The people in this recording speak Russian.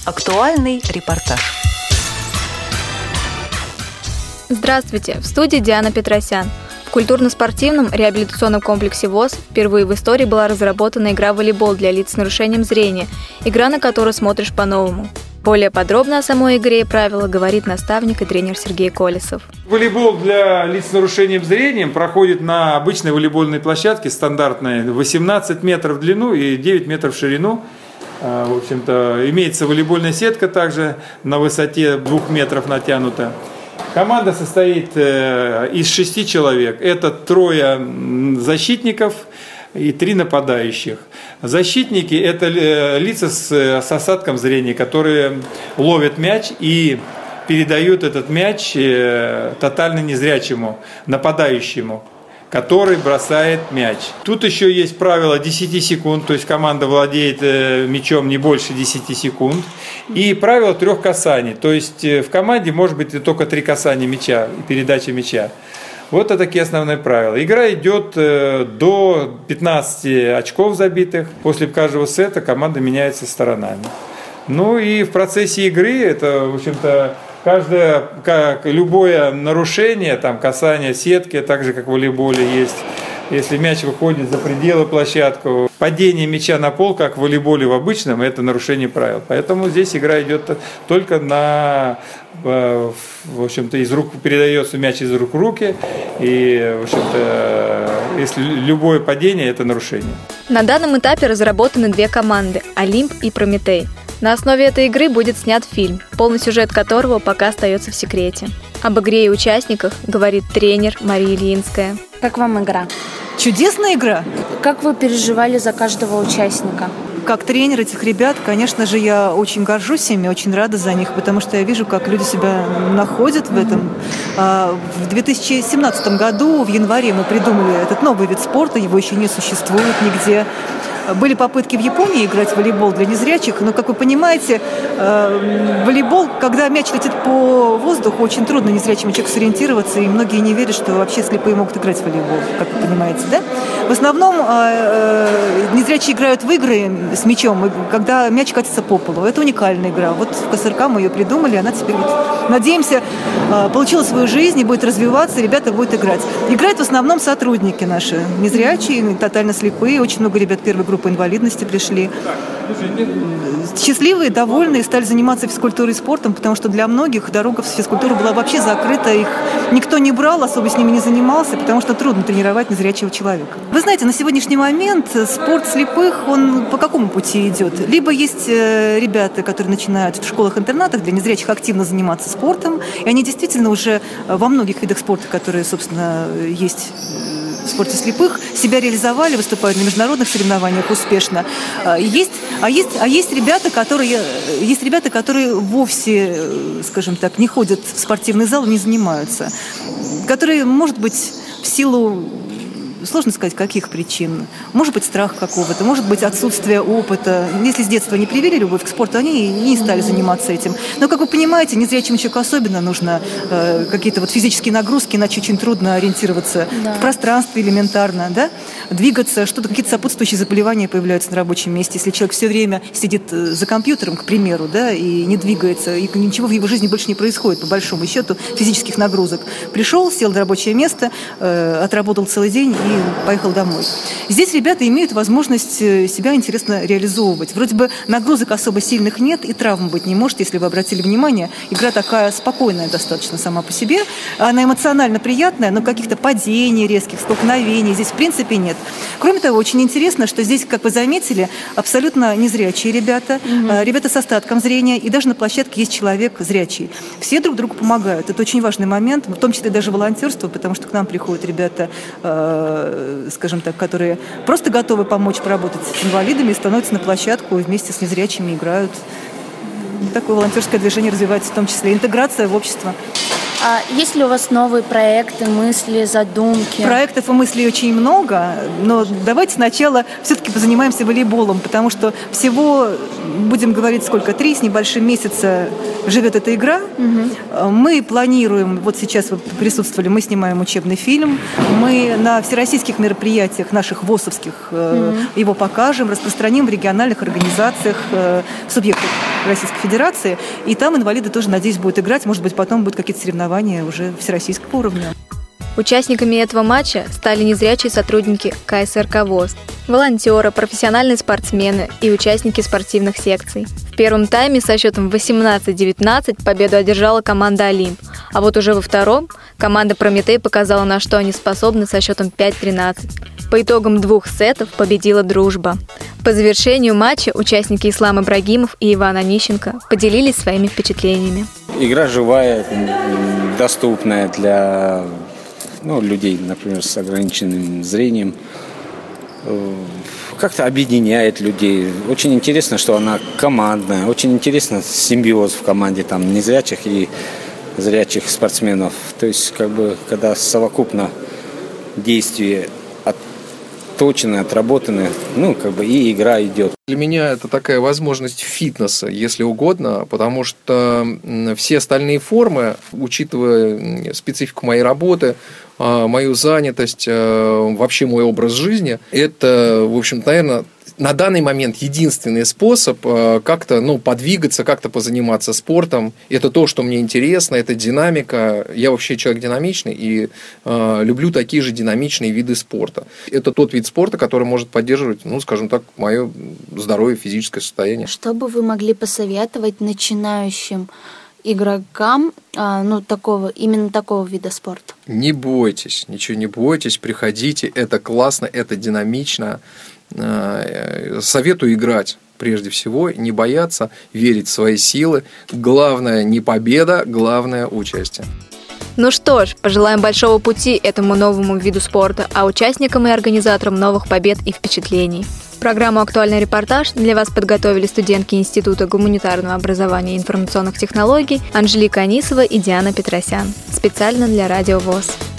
Актуальный репортаж. Здравствуйте, в студии Диана Петросян. В культурно-спортивном реабилитационном комплексе ВОС впервые в истории была разработана игра «Волейбол» для лиц с нарушением зрения, игра, на которую смотришь по-новому. Более подробно о самой игре и правилах говорит наставник и тренер Сергей Колесов. Волейбол для лиц с нарушением зрения проходит на обычной волейбольной площадке, стандартной, 18 метров в длину и 9 метров в ширину. В общем-то, имеется волейбольная сетка также на высоте 2 метров натянута. Команда состоит из 6 человек. Это 3 защитников и 3 нападающих. Защитники – это лица с осадком зрения, которые ловят мяч и передают этот мяч тотально незрячему, нападающему, который бросает мяч. Тут еще есть правило 10 секунд, то есть команда владеет мячом не больше 10 секунд. И правило 3 касаний, то есть в команде может быть только 3 касания мяча и передача мяча. Вот это такие основные правила. Игра идет до 15 очков забитых. После каждого сета команда меняется сторонами. Ну и в процессе игры это, в общем-то, каждое, как любое нарушение, там, касание сетки, так же как в волейболе есть. Если мяч выходит за пределы площадки, падение мяча на пол, как в волейболе в обычном, это нарушение правил. Поэтому здесь игра идет только в общем-то, из рук передается мяч из рук в руки, и, в общем-то, если любое падение, это нарушение. На данном этапе разработаны 2 команды – «Олимп» и «Прометей». На основе этой игры будет снят фильм, полный сюжет которого пока остается в секрете. Об игре и участниках говорит тренер Мария Ильинская. Как вам игра? Чудесная игра. Как вы переживали за каждого участника? Как тренер этих ребят, конечно же, я очень горжусь ими, очень рада за них, потому что я вижу, как люди себя находят в этом. В 2017 году, в январе, мы придумали этот новый вид спорта, его еще не существует нигде. Были попытки в Японии играть в волейбол для незрячих, но, как вы понимаете, волейбол, когда мяч летит по воздуху, очень трудно незрячему человеку сориентироваться, и многие не верят, что вообще слепые могут играть в волейбол, как вы понимаете, да? В основном незрячие играют в игры с мячом, когда мяч катится по полу. Это уникальная игра. Вот в КСРК мы ее придумали, она теперь, надеемся, получила свою жизнь и будет развиваться, ребята будут играть. Играют в основном сотрудники наши, незрячие, тотально слепые, очень много ребят первой группы инвалидности пришли. Счастливые, довольные, стали заниматься физкультурой и спортом, потому что для многих дорога в физкультуру была вообще закрыта, их никто не брал, особо с ними не занимался, потому что трудно тренировать незрячего человека. Вы знаете, на сегодняшний момент спорт слепых, он по какому пути идет? Либо есть ребята, которые начинают в школах-интернатах для незрячих активно заниматься спортом, и они действительно уже во многих видах спорта, которые, собственно, есть в спорте слепых, себя реализовали, выступают на международных соревнованиях успешно. Есть ребята, которые вовсе, скажем так, не ходят в спортивный зал, не занимаются, которые, может быть, в силу, сложно сказать, каких причин. Может быть, страх какого-то, может быть, отсутствие опыта. Если с детства не привили любовь к спорту, они не стали заниматься этим. Но, как вы понимаете, незрячему человеку особенно нужно какие-то вот физические нагрузки, иначе очень трудно ориентироваться в пространстве элементарно, да? Двигаться, что-то, какие-то сопутствующие заболевания появляются на рабочем месте. Если человек все время сидит за компьютером, к примеру, да, и не двигается, и ничего в его жизни больше не происходит, по большому счету, физических нагрузок. Пришел, сел на рабочее место, отработал целый день и поехал домой. Здесь ребята имеют возможность себя интересно реализовывать. Вроде бы нагрузок особо сильных нет, и травм быть не может, если вы обратили внимание. Игра такая спокойная достаточно сама по себе. Она эмоционально приятная, но каких-то падений, резких столкновений здесь в принципе нет. Кроме того, очень интересно, что здесь, как вы заметили, абсолютно незрячие ребята, ребята с остатком зрения, и даже на площадке есть человек зрячий. Все друг другу помогают. Это очень важный момент, в том числе даже волонтерство, потому что к нам приходят ребята, скажем так, которые просто готовы помочь поработать с инвалидами и становятся на площадку и вместе с незрячими играют. Такое волонтерское движение развивается, в том числе интеграция в общество. А есть ли у вас новые проекты, мысли, задумки? Проектов и мыслей очень много, но давайте сначала все-таки позанимаемся волейболом, потому что всего, будем говорить, сколько, 3 с небольшим месяца живет эта игра. Мы планируем, вот сейчас вы присутствовали, мы снимаем учебный фильм, мы на всероссийских мероприятиях наших ВОСовских его покажем, распространим в региональных организациях, субъектах Российской Федерации. И там инвалиды тоже, надеюсь, будут играть. Может быть, потом будут какие-то соревнования уже всероссийского уровня. Участниками этого матча стали незрячие сотрудники КСРК ВОС, волонтеры, профессиональные спортсмены и участники спортивных секций. В первом тайме со счетом 18-19 победу одержала команда «Олимп», а вот уже во втором команда «Прометей» показала, на что они способны со счетом 5-13. По итогам 2 сетов победила «Дружба». По завершению матча участники Ислам Ибрагимов и Иван Онищенко поделились своими впечатлениями. Игра живая, доступная для людей, например, с ограниченным зрением. Как-то объединяет людей. Очень интересно, что она командная. Очень интересно симбиоз в команде там незрячих и зрячих спортсменов. То есть, когда совокупно действие отточены, отработаны, и игра идет. Для меня это такая возможность фитнеса, если угодно, потому что все остальные формы, учитывая специфику моей работы, мою занятость, вообще мой образ жизни, это, в общем-то, наверное, на данный момент единственный способ как-то подвигаться, как-то позаниматься спортом. Это то, что мне интересно, это динамика. Я вообще человек динамичный и люблю такие же динамичные виды спорта. Это тот вид спорта, который может поддерживать, скажем так, мое здоровье, физическое состояние. Что бы вы могли посоветовать начинающим игрокам именно такого вида спорта? Не бойтесь, ничего не бойтесь, приходите, это классно, это динамично. Советую играть прежде всего, не бояться, верить в свои силы. Главное не победа, главное участие. Ну что ж, пожелаем большого пути этому новому виду спорта, а участникам и организаторам новых побед и впечатлений. Программу «Актуальный репортаж» для вас подготовили студентки Института гуманитарного образования и информационных технологий Анжелика Анисова и Диана Петросян. Специально для Радио ВОС.